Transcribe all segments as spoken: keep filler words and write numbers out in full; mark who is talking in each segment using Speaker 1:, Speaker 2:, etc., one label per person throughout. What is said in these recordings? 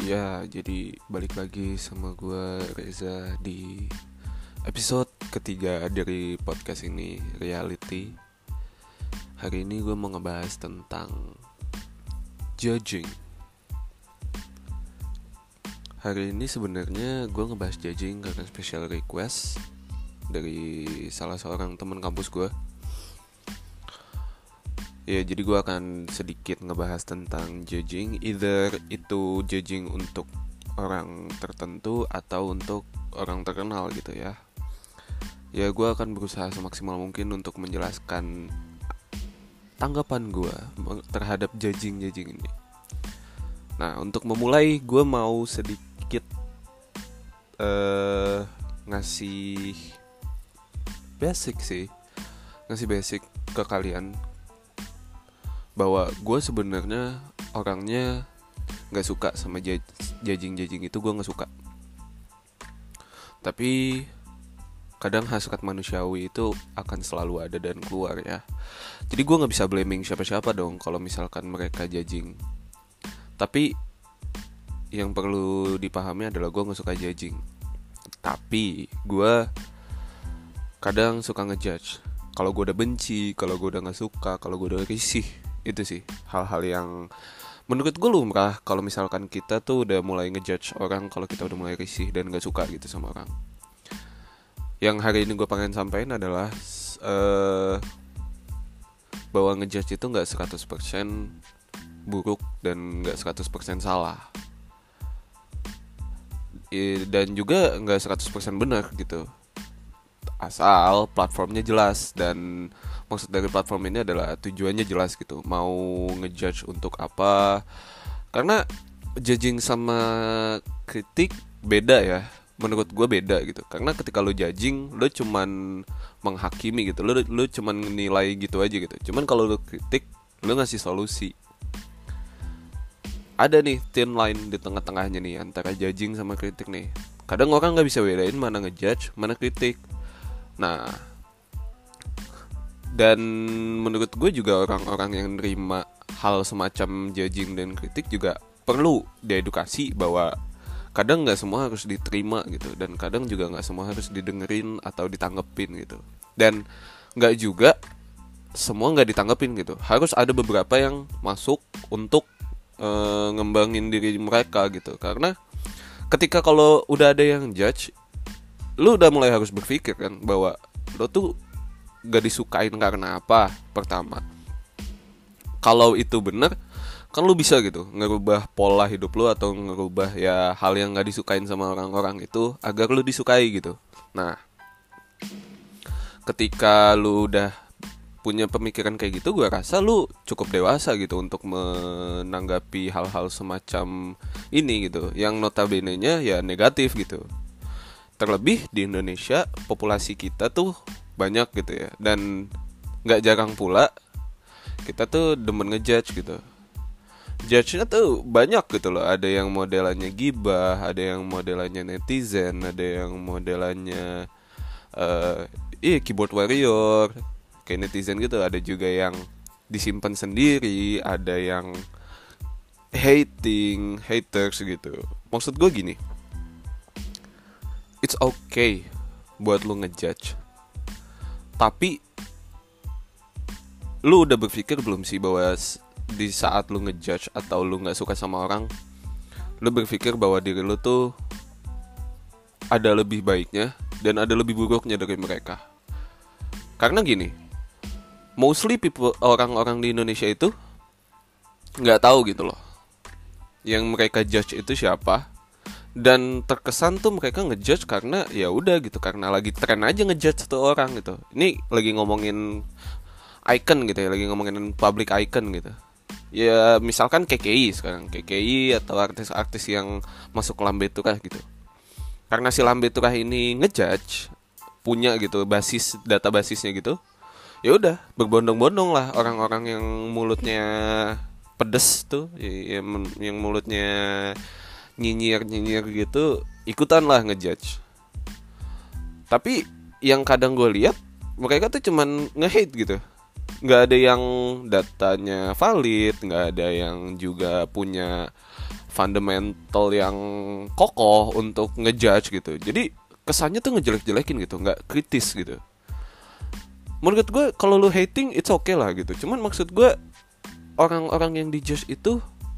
Speaker 1: Ya, jadi balik lagi sama gue Reza di episode ketiga dari podcast ini, Reality. Hari ini gue mau ngebahas tentang judging. Hari ini sebenarnya gue ngebahas judging karena special request dari salah seorang teman kampus gue. Ya, jadi gue akan sedikit ngebahas tentang judging. Either itu judging untuk orang tertentu atau untuk orang terkenal gitu ya. Ya, gue akan berusaha semaksimal mungkin untuk menjelaskan tanggapan gue terhadap judging-judging ini. Nah, untuk memulai gue mau sedikit uh, ngasih basic sih Ngasih basic ke kalian bahwa gue sebenarnya orangnya nggak suka sama judging-judging itu, gue nggak suka. Tapi kadang hasrat manusiawi itu akan selalu ada dan keluar ya. Jadi gue nggak bisa blaming siapa-siapa dong kalau misalkan mereka judging. Tapi yang perlu dipahami adalah gue nggak suka judging. Tapi gue kadang suka ngejudge. Kalau gue udah benci, kalau gue udah nggak suka, kalau gue udah risih. Itu sih hal-hal yang menurut gue lumrah kalau misalkan kita tuh udah mulai ngejudge orang, kalau kita udah mulai risih dan gak suka gitu sama orang. Yang hari ini gue pengen sampaikan adalah uh, bahwa ngejudge itu gak seratus persen buruk dan gak seratus persen salah, I, dan juga gak seratus persen benar gitu, asal platformnya jelas. Dan maksud dari platform ini adalah tujuannya jelas gitu, mau ngejudge untuk apa. Karena judging sama kritik beda ya, menurut gue beda gitu. Karena ketika lo judging, lo cuman menghakimi gitu, lo, lo cuman nilai gitu aja gitu. Cuman kalau lo kritik, lo ngasih solusi. Ada nih thin line di tengah-tengahnya nih antara judging sama kritik nih. Kadang orang gak bisa bedain mana ngejudge, mana kritik. Nah, dan menurut gue juga orang-orang yang nerima hal semacam judging dan kritik juga perlu diedukasi bahwa kadang gak semua harus diterima gitu, dan kadang juga gak semua harus didengerin atau ditanggepin gitu. Dan gak juga semua gak ditanggepin gitu. Harus ada beberapa yang masuk untuk e, ngembangin diri mereka gitu. Karena ketika kalau udah ada yang judge, lu udah mulai harus berpikir kan bahwa lu tuh gak disukain karena apa. Pertama, kalau itu bener, kan lu bisa gitu ngerubah pola hidup lu atau ngerubah ya hal yang gak disukain sama orang-orang itu agar lu disukai gitu. Nah, ketika lu udah punya pemikiran kayak gitu, gue rasa lu cukup dewasa gitu untuk menanggapi hal-hal semacam ini gitu, yang notabene-nya ya negatif gitu. Terlebih di Indonesia, populasi kita tuh banyak gitu ya, dan gak jarang pula kita tuh demen ngejudge gitu. Judge-nya tuh banyak gitu loh. Ada yang modelannya gibah, ada yang modelannya netizen, ada yang modelannya uh, iya keyboard warrior kayak netizen gitu. Ada juga yang disimpan sendiri, ada yang hating, haters gitu. Maksud gue gini, it's okay buat lu ngejudge, tapi lu udah berpikir belum sih bahwa di saat lu ngejudge atau lu gak suka sama orang, lu berpikir bahwa diri lu tuh ada lebih baiknya dan ada lebih buruknya dari mereka. Karena gini, mostly people, orang-orang di Indonesia itu gak tahu gitu loh yang mereka judge itu siapa. Dan terkesan tuh mereka ngejudge karena ya udah gitu, karena lagi tren aja ngejudge satu orang gitu. Ini lagi ngomongin icon gitu ya, lagi ngomongin public icon gitu. Ya misalkan K K I sekarang, K K I atau artis-artis yang masuk Lambe Turah gitu. Karena si Lambe Turah ini ngejudge, punya gitu basis, data basisnya gitu. Ya udah, berbondong-bondong lah orang-orang yang mulutnya pedes tuh, yang, yang mulutnya nyinyir-nyinyir gitu, ikutan lah ngejudge. Tapi yang kadang gue lihat mereka tuh cuman nge-hate gitu. nggak ada yang datanya valid, nggak ada yang juga punya fundamental yang kokoh untuk ngejudge gitu. Jadi kesannya tuh ngejelek-jelekin gitu, nggak kritis gitu. Menurut gue kalau lu hating it's okay lah gitu. Cuman maksud gue orang-orang yang dijudge itu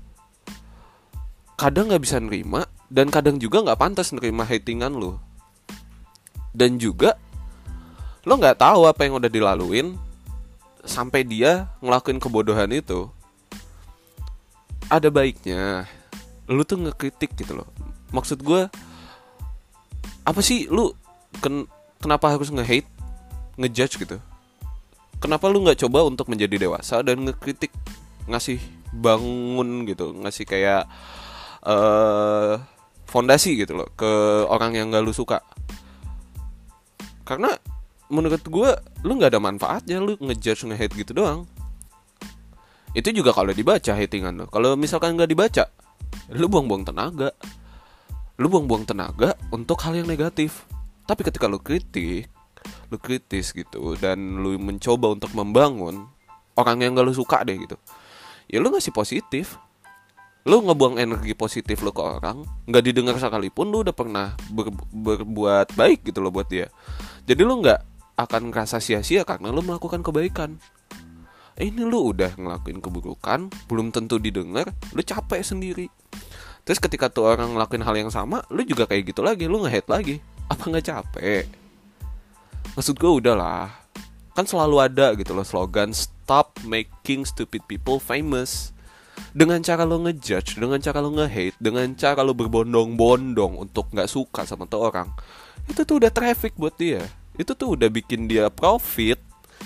Speaker 1: kadang nggak bisa nerima dan kadang juga nggak pantas nerima hatingan lu. Dan juga lo nggak tahu apa yang udah dilaluin sampai dia ngelakuin kebodohan itu. Ada baiknya lu tuh ngekritik gitu loh. Maksud gue apa sih lu ken- kenapa harus nge-hate, ngejudge gitu? Kenapa lu nggak coba untuk menjadi dewasa dan ngekritik, ngasih bangun gitu, ngasih kayak uh, fondasi gitu loh ke orang yang gak lu suka? Karena menurut gue lu nggak ada manfaatnya lu ngejudge, nge-hate gitu doang. Itu juga kalau dibaca hatingan lo. Kalau misalkan nggak dibaca, lu buang-buang tenaga. Lu buang-buang tenaga untuk hal yang negatif. Tapi ketika lu kritik, lu kritis gitu, dan lu mencoba untuk membangun orang yang gak lu suka deh gitu, ya lu ngasih positif. Lu ngebuang energi positif lu ke orang, gak didengar sekalipun lu udah pernah ber, berbuat baik gitu loh buat dia. Jadi lu gak akan ngerasa sia-sia karena lu melakukan kebaikan. Eh, ini lu udah ngelakuin keburukan, belum tentu didengar, lu capek sendiri. Terus ketika tuh orang ngelakuin hal yang sama, lu juga kayak gitu lagi, lu nge-hate lagi. Apa gak capek? Maksud gue udahlah. Kan selalu ada gitu loh slogan stop making stupid people famous. Dengan cara lo ngejudge, dengan cara lo nge-hate, dengan cara lo berbondong-bondong untuk gak suka sama tuh orang, itu tuh udah traffic buat dia. Itu tuh udah bikin dia profit.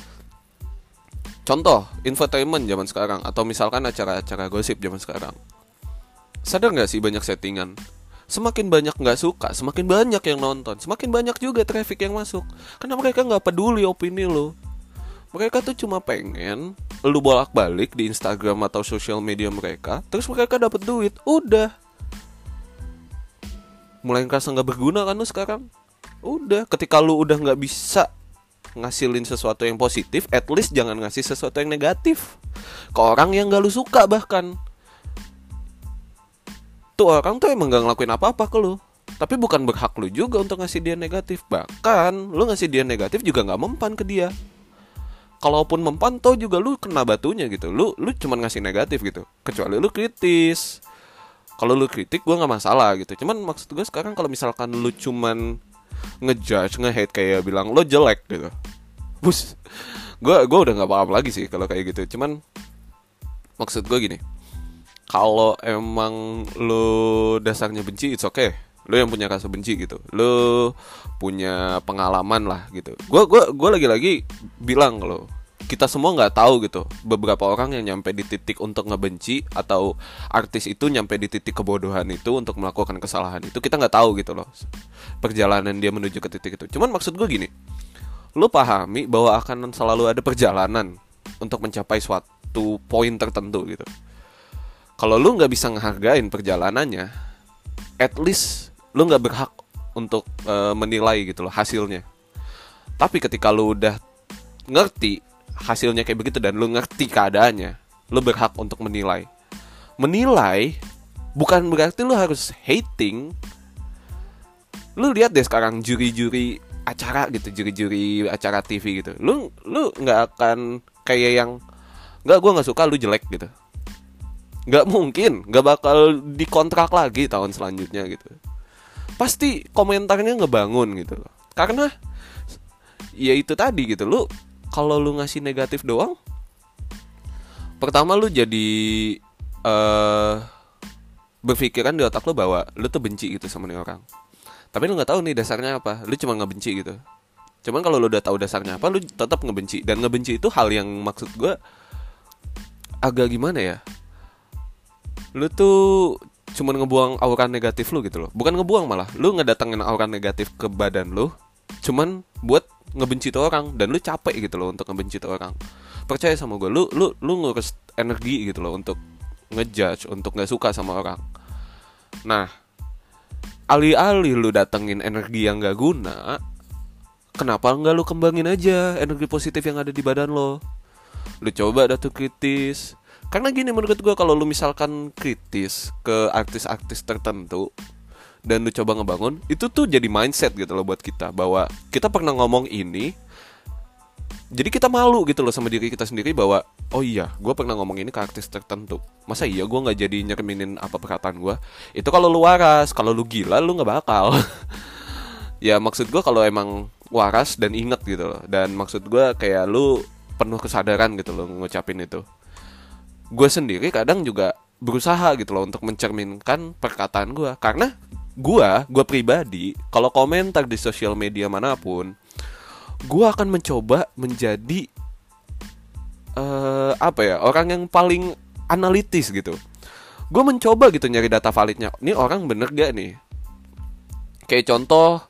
Speaker 1: Contoh, infotainment zaman sekarang, atau misalkan acara-acara gosip zaman sekarang. Sadar gak sih banyak settingan? Semakin banyak gak suka, semakin banyak yang nonton, semakin banyak juga traffic yang masuk. Karena mereka gak peduli opini lo. Mereka tuh cuma pengen lu bolak-balik di Instagram atau sosial media mereka, terus mereka dapat duit, udah. Mulai ngerasa gak berguna kan lu sekarang? Udah, ketika lu udah gak bisa ngasilin sesuatu yang positif, at least jangan ngasih sesuatu yang negatif ke orang yang gak lu suka bahkan. Tuh orang tuh emang gak ngelakuin apa-apa ke lu, tapi bukan berhak lu juga untuk ngasih dia negatif. Bahkan lu ngasih dia negatif juga gak mempan ke dia. Kalaupun mempan tuh juga lu kena batunya gitu. Lu lu cuman ngasih negatif gitu. Kecuali lu kritis. Kalau lu kritik gue gak masalah gitu. Cuman maksud gue sekarang kalau misalkan lu cuman ngejudge, nge-hate kayak bilang lo jelek gitu, bus, gue gue udah nggak paham lagi sih kalau kayak gitu. Cuman maksud gue gini, kalau emang lo dasarnya benci, it's okay. Lo yang punya rasa benci gitu, lo punya pengalaman lah gitu. Gue gue gue lagi-lagi bilang kalau kita semua nggak tahu gitu beberapa orang yang nyampe di titik untuk ngebenci, atau artis itu nyampe di titik kebodohan itu untuk melakukan kesalahan itu, kita nggak tahu gitu loh perjalanan dia menuju ke titik itu. Cuman maksud gue gini, lo pahami bahwa akan selalu ada perjalanan untuk mencapai suatu poin tertentu gitu. Kalau lo nggak bisa ngehargain perjalanannya, at least lo nggak berhak untuk uh, menilai gitu loh hasilnya. Tapi ketika lo udah ngerti hasilnya kayak begitu dan lu ngerti keadaannya, lu berhak untuk menilai. Menilai bukan berarti lu harus hating. Lu lihat deh sekarang juri-juri acara gitu, juri-juri acara T V gitu. Lu lu nggak akan kayak yang nggak, gue nggak suka, lu jelek gitu. Nggak mungkin, nggak bakal dikontrak lagi tahun selanjutnya gitu. Pasti komentarnya ngebangun gitu. Karena ya itu tadi gitu, lu kalau lu ngasih negatif doang, pertama lu jadi uh, berpikiran di otak lu bahwa lu tuh benci gitu sama nih orang. Tapi lu gak tahu nih dasarnya apa, lu cuma ngebenci gitu. Cuman kalau lu udah tahu dasarnya apa, lu tetap ngebenci. Dan ngebenci itu hal yang maksud gue agak gimana ya, lu tuh cuma ngebuang aura negatif lu gitu loh. Bukan ngebuang, malah lu ngedatengin aura negatif ke badan lu, cuman buat ngebenci tuh orang, dan lu capek gitu loh untuk ngebenci tuh orang. Percaya sama gue, lu lu lu ngurus energi gitu loh untuk ngejudge, untuk nggak suka sama orang. Nah, alih-alih lu datengin energi yang nggak guna, kenapa nggak lu kembangin aja energi positif yang ada di badan lo? Lu coba dah tuh kritis. Karena gini menurut gue, kalau lu misalkan kritis ke artis-artis tertentu dan lu coba ngebangun, itu tuh jadi mindset gitu loh buat kita, bahwa kita pernah ngomong ini. Jadi kita malu gitu loh sama diri kita sendiri, bahwa oh iya, gue pernah ngomong ini ke artis tertentu. Masa iya gue gak jadi nyerminin apa perkataan gue? Itu kalau lu waras. Kalau lu gila, lu gak bakal. Ya maksud gue kalau emang waras dan inget gitu loh. Dan maksud gue kayak lu penuh kesadaran gitu loh ngucapin itu. Gue sendiri kadang juga berusaha gitu loh untuk mencerminkan perkataan gue. Karena gue, gue pribadi, kalau komentar di sosial media manapun, gue akan mencoba menjadi uh, apa ya, orang yang paling analitis gitu. Gue mencoba gitu nyari data validnya. Ini orang bener gak nih? Kayak contoh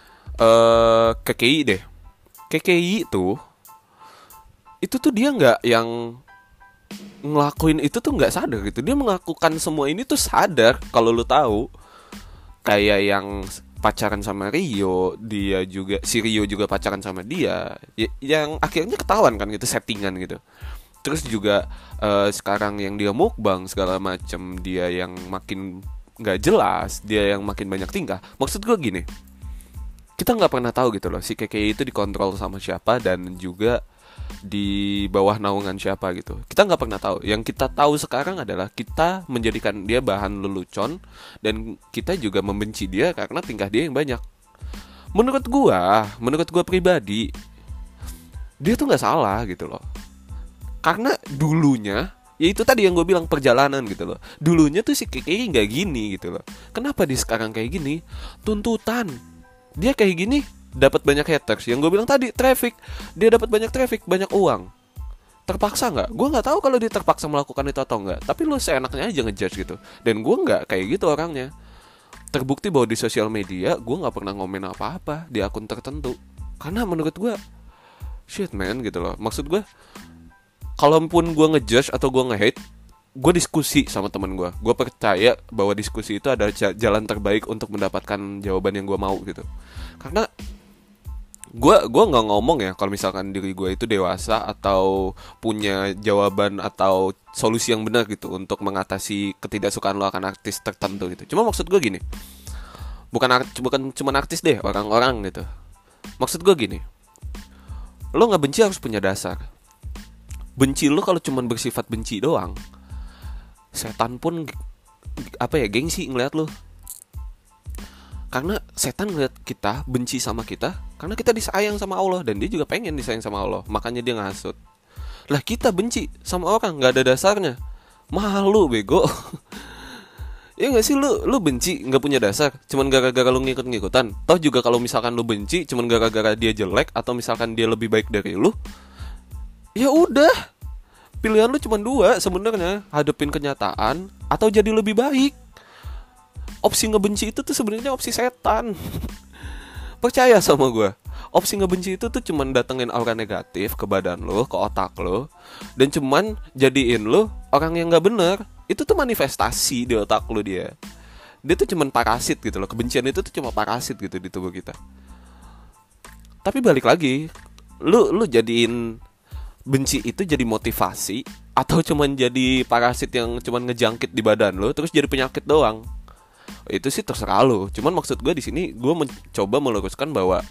Speaker 1: uh, K K I deh. K K I tuh, itu tuh dia nggak yang ngelakuin itu tuh nggak sadar gitu. Dia melakukan semua ini tuh sadar. Kalau lu tahu, kayak yang pacaran sama Rio, dia juga, si Rio juga pacaran sama dia, y- yang akhirnya ketahuan kan gitu, settingan gitu. Terus juga uh, sekarang yang dia mukbang segala macem, dia yang makin nggak jelas, dia yang makin banyak tingkah. Maksud gue gini, kita nggak pernah tahu gitu loh si K K I itu dikontrol sama siapa dan juga di bawah naungan siapa gitu. Kita nggak pernah tahu. Yang kita tahu sekarang adalah kita menjadikan dia bahan lelucon, dan kita juga membenci dia karena tingkah dia yang banyak. Menurut gua, menurut gua pribadi, dia tuh nggak salah gitu loh. Karena dulunya, ya itu tadi yang gue bilang, perjalanan gitu loh. Dulunya tuh si K K I nggak gini gitu loh. Kenapa dia sekarang kayak gini? Tuntutan. Dia kayak gini dapat banyak haters. Yang gue bilang tadi, traffic. Dia dapat banyak traffic, banyak uang. Terpaksa nggak? Gue nggak tahu kalau dia terpaksa melakukan itu atau nggak. Tapi lu seenaknya aja ngejudge gitu. Dan gue nggak kayak gitu orangnya. Terbukti bahwa di sosial media gue nggak pernah ngomen apa-apa di akun tertentu. Karena menurut gue, shit man gitu loh. Maksud gue, kalaupun gue ngejudge atau gue nge-hate, gue diskusi sama temen gue. Gue percaya bahwa diskusi itu adalah jalan terbaik untuk mendapatkan jawaban yang gue mau gitu. Karena gue gue nggak ngomong ya kalau misalkan diri gue itu dewasa atau punya jawaban atau solusi yang benar gitu untuk mengatasi ketidaksukaan lo akan artis tertentu gitu. Cuma maksud gue gini, bukan art, bukan cuma artis deh, orang-orang gitu. Maksud gue gini, lo nggak benci harus punya dasar. Benci lo kalau cuma bersifat benci doang, setan pun apa ya, gengsi ngeliat lo. Karena setan ngeliat kita benci sama kita karena kita disayang sama Allah, dan dia juga pengen disayang sama Allah, makanya dia ngasut. Lah kita benci sama orang nggak ada dasarnya, malu bego. Ya nggak sih, lu lu benci nggak punya dasar, cuman gara-gara lu ngikut-ngikutan. Toh juga kalau misalkan lu benci cuman gara-gara dia jelek atau misalkan dia lebih baik dari lu, ya udah, pilihan lu cuma dua sebenarnya, hadepin kenyataan atau jadi lebih baik. Opsi ngebenci itu tuh sebenarnya opsi setan. Percaya sama gue, opsi ngebenci itu tuh cuman datengin aura negatif ke badan lo, ke otak lo, dan cuman jadiin lo orang yang nggak bener. Itu tuh manifestasi di otak lo dia. Dia tuh cuman parasit gitu loh. Kebencian itu tuh cuma parasit gitu di tubuh kita. Tapi balik lagi, lu lu jadiin benci itu jadi motivasi atau cuman jadi parasit yang cuman ngejangkit di badan lo terus jadi penyakit doang. Itu sih terserah lo. Cuman maksud gue di sini gue mencoba meluruskan bahwa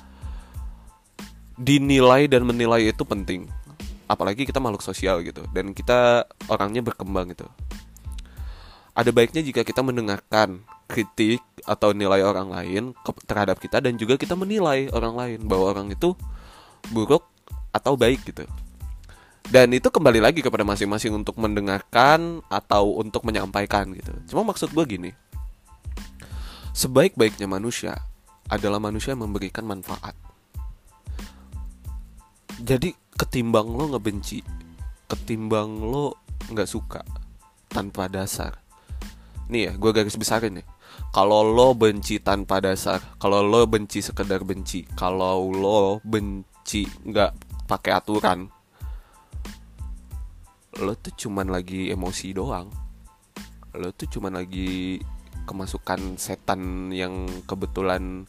Speaker 1: dinilai dan menilai itu penting. Apalagi kita makhluk sosial gitu, dan kita orangnya berkembang gitu. Ada baiknya jika kita mendengarkan kritik atau nilai orang lain ke- terhadap kita, dan juga kita menilai orang lain bahwa orang itu buruk atau baik gitu. Dan itu kembali lagi kepada masing-masing untuk mendengarkan atau untuk menyampaikan gitu. Cuma maksud gue gini, sebaik-baiknya manusia adalah manusia yang memberikan manfaat. Jadi ketimbang lo ngebenci, ketimbang lo gak suka tanpa dasar, nih ya, gue garis besarin nih. Kalau lo benci tanpa dasar, kalau lo benci sekedar benci, kalau lo benci gak pakai aturan, lo tuh cuman lagi emosi doang. Lo tuh cuman lagi kemasukan setan yang kebetulan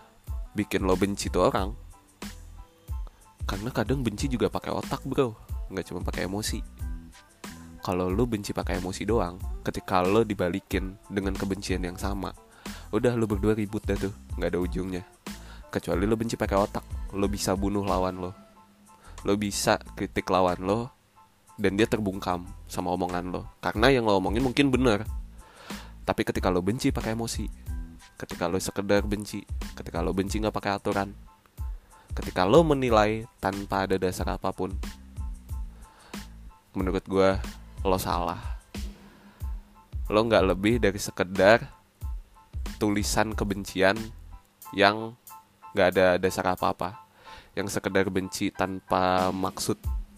Speaker 1: bikin lo benci tuh orang. Karena kadang benci juga pakai otak bro, nggak cuma pakai emosi. Kalau lu benci pakai emosi doang, ketika lu dibalikin dengan kebencian yang sama, udah lu berdua ribut dah tuh, nggak ada ujungnya. Kecuali lu benci pakai otak, lu bisa bunuh lawan lo, lu bisa kritik lawan lo, dan dia terbungkam sama omongan lo, karena yang lo omongin mungkin bener. Tapi ketika lo benci pakai emosi, ketika lo sekedar benci, ketika lo benci nggak pakai aturan, ketika lo menilai tanpa ada dasar apapun, menurut gue lo salah. Lo nggak lebih dari sekedar tulisan kebencian yang nggak ada dasar apa-apa, yang sekedar benci tanpa maksud.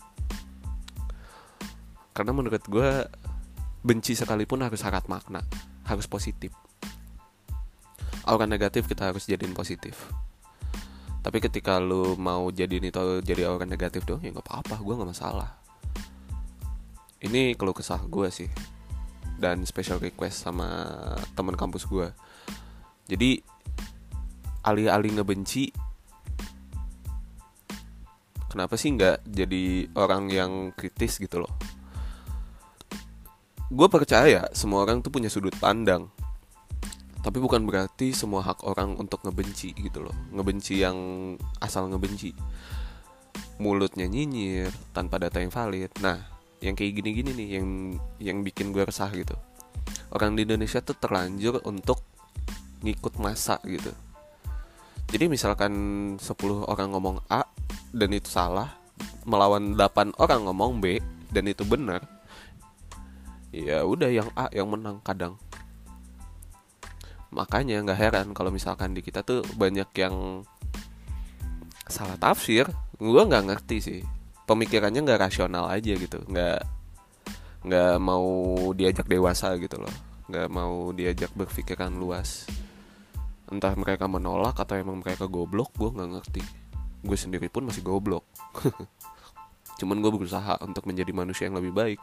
Speaker 1: Karena menurut gue benci sekalipun harus syarat makna, harus positif. Aura negatif kita harus jadiin positif. Tapi ketika lu mau jadiin itu jadi aura negatif dong, ya gak apa-apa, gue gak masalah. Ini keluh kesah gue sih, dan special request sama teman kampus gue. Jadi alih-alih ngebenci, kenapa sih gak jadi orang yang kritis gitu loh. Gue percaya semua orang tuh punya sudut pandang, tapi bukan berarti semua hak orang untuk ngebenci gitu loh. Ngebenci yang asal ngebenci, mulutnya nyinyir tanpa data yang valid. Nah, yang kayak gini-gini nih yang yang bikin gue resah gitu. Orang di Indonesia tuh terlanjur untuk ngikut masa gitu. Jadi misalkan sepuluh orang ngomong A dan itu salah, melawan delapan orang ngomong B dan itu benar, ya udah yang A yang menang kadang. Makanya nggak heran kalau misalkan di kita tuh banyak yang salah tafsir. Gue nggak ngerti sih, pemikirannya nggak rasional aja gitu, nggak nggak mau diajak dewasa gitu loh, nggak mau diajak berpikiran luas. Entah mereka menolak atau emang mereka goblok, gue nggak ngerti. Gue sendiri pun masih goblok. Cuman gue berusaha untuk menjadi manusia yang lebih baik.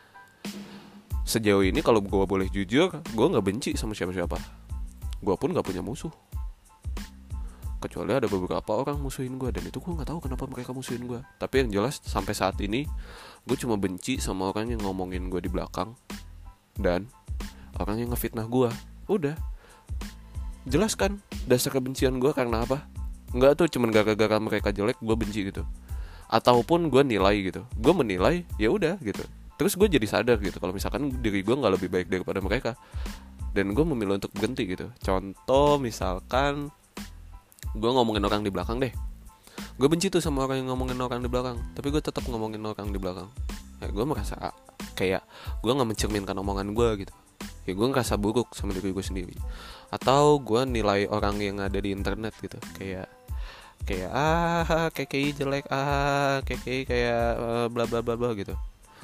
Speaker 1: Sejauh ini kalau gue boleh jujur, gue gak benci sama siapa-siapa. Gue pun gak punya musuh, kecuali ada beberapa orang musuhin gue, dan itu gue gak tahu kenapa mereka musuhin gue. Tapi yang jelas sampai saat ini gue cuma benci sama orang yang ngomongin gue di belakang dan orang yang ngefitnah gue. Udah, jelaskan dasar kebencian gue karena apa. Enggak tuh cuman gara-gara mereka jelek gue benci gitu, ataupun gue nilai gitu. Gue menilai, ya udah gitu. Terus gue jadi sadar gitu kalau misalkan diri gue gak lebih baik daripada mereka, dan gue memilih untuk berhenti gitu. Contoh misalkan gue ngomongin orang di belakang deh, gue benci tuh sama orang yang ngomongin orang di belakang, tapi gue tetap ngomongin orang di belakang. Ya gue merasa kayak gue gak mencerminkan omongan gue gitu. Ya gue ngerasa buruk sama diri gue sendiri. Atau gue nilai orang yang ada di internet gitu, kayak Kayak ah K K I jelek, ah K K I kayak uh, bla bla bla bla gitu.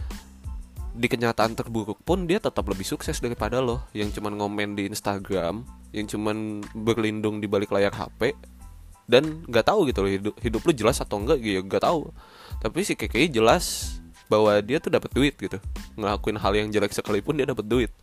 Speaker 1: Di kenyataan terburuk pun dia tetap lebih sukses daripada lo yang cuman ngomen di Instagram, yang cuman berlindung di balik layar H P dan nggak tahu gitu loh hidup hidup lo jelas atau enggak gitu, nggak tahu. Tapi si K K I jelas bahwa dia tuh dapat duit gitu, ngelakuin hal yang jelek sekalipun dia dapat duit.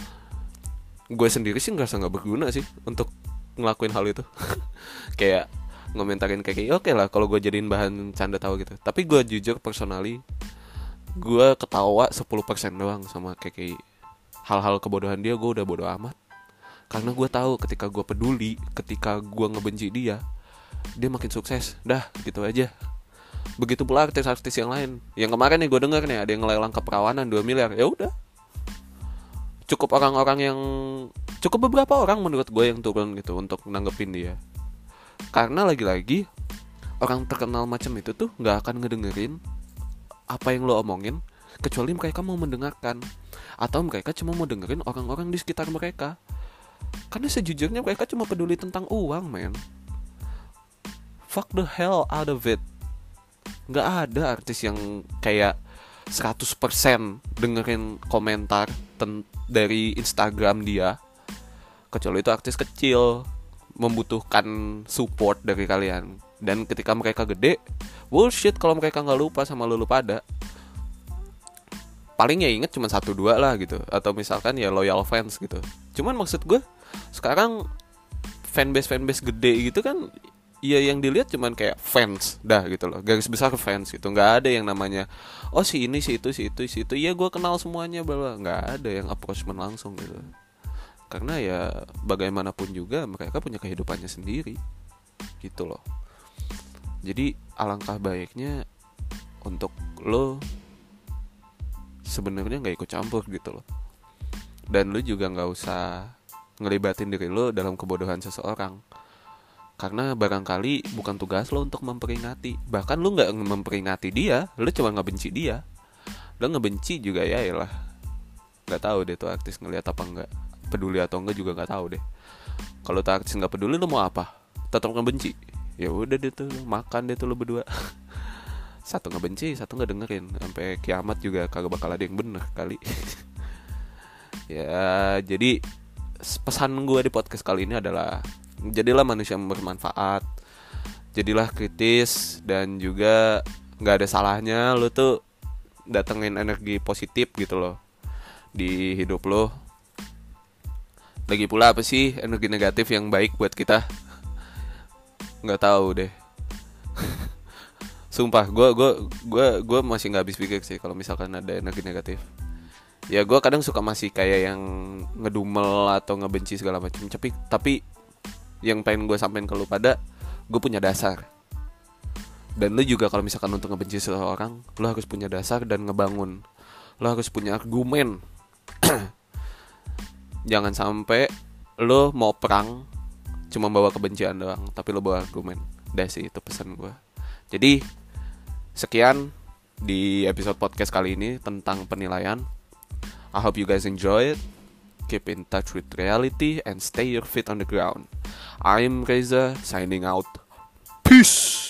Speaker 1: Gue sendiri sih ngerasa nggak berguna sih untuk ngelakuin hal itu. Kayak ngomentarin K K I oke okay lah kalau gue jadiin bahan canda tawa gitu. Tapi gue jujur personally, gue ketawa sepuluh persen doang sama K K I. Hal-hal kebodohan dia gue udah bodo amat, karena gue tahu ketika gue peduli, ketika gue ngebenci dia, dia makin sukses. Dah gitu aja. Begitu pula artis-artis yang lain. Yang kemarin nih gue denger nih ada yang ngelelang keperawanan dua miliar. Ya udah, cukup orang-orang yang cukup beberapa orang menurut gue yang turun gitu untuk nanggepin dia. Karena lagi-lagi orang terkenal macam itu tuh gak akan ngedengerin apa yang lo omongin, kecuali mereka mau mendengarkan, atau mereka cuma mau dengerin orang-orang di sekitar mereka. Karena sejujurnya mereka cuma peduli tentang uang, man. Fuck the hell out of it. Gak ada artis yang kayak seratus persen dengerin komentar ten- dari Instagram dia, kecuali itu artis kecil membutuhkan support dari kalian. Dan ketika mereka gede, bullshit kalau mereka gak lupa sama lu pada. Paling ya inget cuma satu dua lah gitu, atau misalkan ya loyal fans gitu. Cuman maksud gue sekarang fanbase fanbase gede gitu kan iya yang dilihat cuman kayak fans dah gitu loh, garis besar fans gitu, nggak ada yang namanya oh si ini si itu si itu si itu iya gue kenal semuanya bla, nggak ada yang approachment langsung gitu. Karena ya bagaimanapun juga mereka punya kehidupannya sendiri gitu loh. Jadi alangkah baiknya untuk lo sebenarnya nggak ikut campur gitu loh, dan lo juga nggak usah ngelibatin diri lo dalam kebodohan seseorang. Karena barangkali bukan tugas lo untuk memperingati. Bahkan lo gak memperingati dia, lo cuma ngebenci dia. Lo ngebenci juga ya lah, gak tahu deh tuh artis ngeliat apa enggak, peduli atau enggak juga gak tahu deh. Kalau tuh artis gak peduli, lo mau apa? Tetap ngebenci. Ya udah deh tuh, makan deh tuh lo berdua. Satu ngebenci, satu gak dengerin. Sampai kiamat juga kagak bakal ada yang bener kali. Ya jadi pesan gue di podcast kali ini adalah jadilah manusia yang bermanfaat, jadilah kritis, dan juga gak ada salahnya lo tuh datengin energi positif gitu loh di hidup lo. Lagi pula apa sih energi negatif yang baik buat kita? Gak tahu deh. Sumpah gue gue gue gue masih nggak habis pikir sih kalau misalkan ada energi negatif. Ya gue kadang suka masih kayak yang ngedumel atau ngebenci segala macam, tapi tapi yang pengen gue sampein ke lu pada, gue punya dasar. Dan lu juga kalau misalkan untuk ngebenci seseorang, lu harus punya dasar dan ngebangun. Lu harus punya argumen. Jangan sampai lu mau perang cuma bawa kebencian doang, tapi lu bawa argumen. Udah sih itu pesan gue. Jadi sekian di episode podcast kali ini tentang penilaian. I hope you guys enjoy it. Keep in touch with reality and stay your feet on the ground. I'm Reza, signing out. Peace.